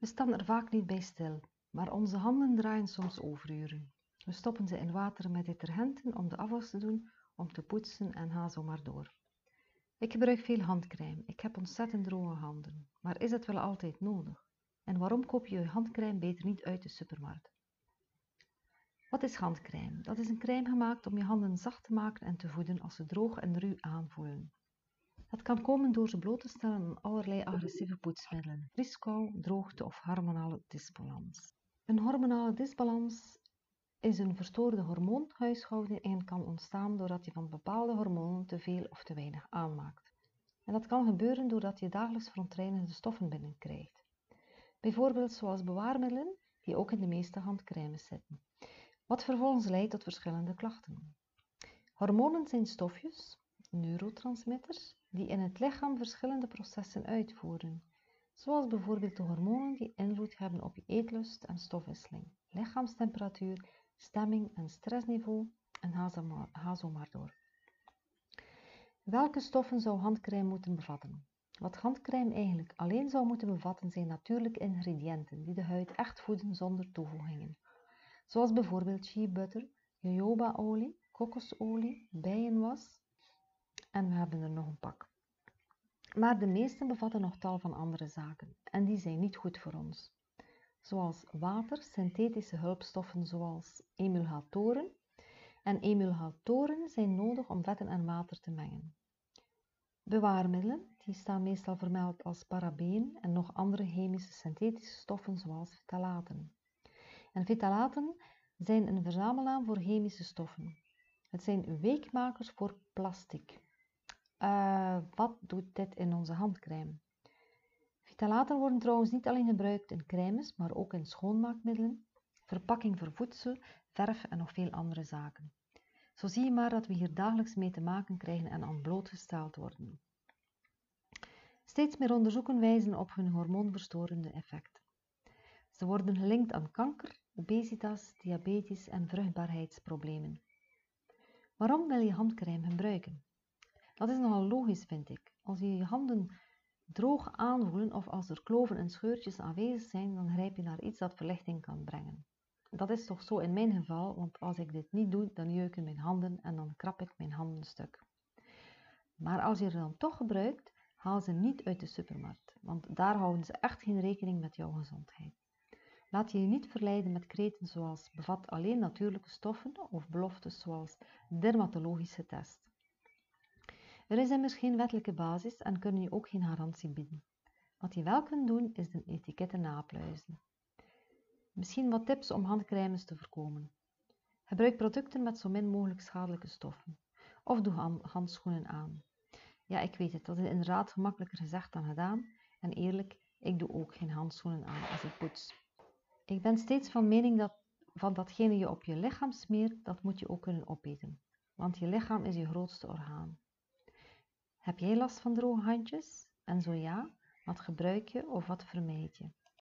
We staan er vaak niet bij stil, maar onze handen draaien soms overuren. We stoppen ze in water met detergenten om de afwas te doen, om te poetsen en ga zo maar door. Ik gebruik veel handcrème. Ik heb ontzettend droge handen. Maar is het wel altijd nodig? En waarom koop je je handcrème beter niet uit de supermarkt? Wat is handcrème? Dat is een crème gemaakt om je handen zacht te maken en te voeden als ze droog en ruw aanvoelen. Dat kan komen door ze bloot te stellen aan allerlei agressieve poetsmiddelen, vrieskou, droogte of hormonale disbalans. Een hormonale disbalans is een verstoorde hormoonhuishouding en kan ontstaan doordat je van bepaalde hormonen te veel of te weinig aanmaakt. En dat kan gebeuren doordat je dagelijks verontreinigende stoffen binnenkrijgt. Bijvoorbeeld zoals bewaarmiddelen die ook in de meeste handcrèmes zitten. Wat vervolgens leidt tot verschillende klachten. Hormonen zijn stofjes, neurotransmitters, die in het lichaam verschillende processen uitvoeren, zoals bijvoorbeeld de hormonen die invloed hebben op je eetlust en stofwisseling, lichaamstemperatuur, stemming en stressniveau en ga zo maar door. Welke stoffen zou handcrème moeten bevatten? Wat handcrème eigenlijk alleen zou moeten bevatten zijn natuurlijke ingrediënten die de huid echt voeden zonder toevoegingen, zoals bijvoorbeeld shea butter, jojobaolie, kokosolie, bijenwas en we hebben er nog een pak. Maar de meeste bevatten nog tal van andere zaken en die zijn niet goed voor ons. Zoals water, synthetische hulpstoffen zoals emulgatoren. En emulgatoren zijn nodig om vetten en water te mengen. Bewaarmiddelen, die staan meestal vermeld als parabeen en nog andere chemische synthetische stoffen zoals ftalaten. En ftalaten zijn een verzamelnaam voor chemische stoffen. Het zijn weekmakers voor plastic. Wat doet dit in onze handcrème? Ftalaten worden trouwens niet alleen gebruikt in crèmes, maar ook in schoonmaakmiddelen, verpakking voor voedsel, verf en nog veel andere zaken. Zo zie je maar dat we hier dagelijks mee te maken krijgen en aan blootgesteld worden. Steeds meer onderzoeken wijzen op hun hormoonverstorende effect. Ze worden gelinkt aan kanker, obesitas, diabetes en vruchtbaarheidsproblemen. Waarom wil je handcrème gebruiken? Dat is nogal logisch, vind ik. Als je je handen droog aanvoelen of als er kloven en scheurtjes aanwezig zijn, dan grijp je naar iets dat verlichting kan brengen. Dat is toch zo in mijn geval, want als ik dit niet doe, dan jeuken mijn handen en dan krap ik mijn handen stuk. Maar als je er dan toch gebruikt, haal ze niet uit de supermarkt, want daar houden ze echt geen rekening met jouw gezondheid. Laat je niet verleiden met kreten zoals bevat alleen natuurlijke stoffen of beloftes zoals dermatologische test. Er is immers geen wettelijke basis en kunnen je ook geen garantie bieden. Wat je wel kunt doen, is de etiketten napluizen. Misschien wat tips om handcrèmes te voorkomen. Gebruik producten met zo min mogelijk schadelijke stoffen. Of doe handschoenen aan. Ja, ik weet het, dat is inderdaad gemakkelijker gezegd dan gedaan. En eerlijk, ik doe ook geen handschoenen aan als ik poets. Ik ben steeds van mening dat van datgene je op je lichaam smeert, dat moet je ook kunnen opeten. Want je lichaam is je grootste orgaan. Heb jij last van droge handjes? En zo ja, wat gebruik je of wat vermijd je?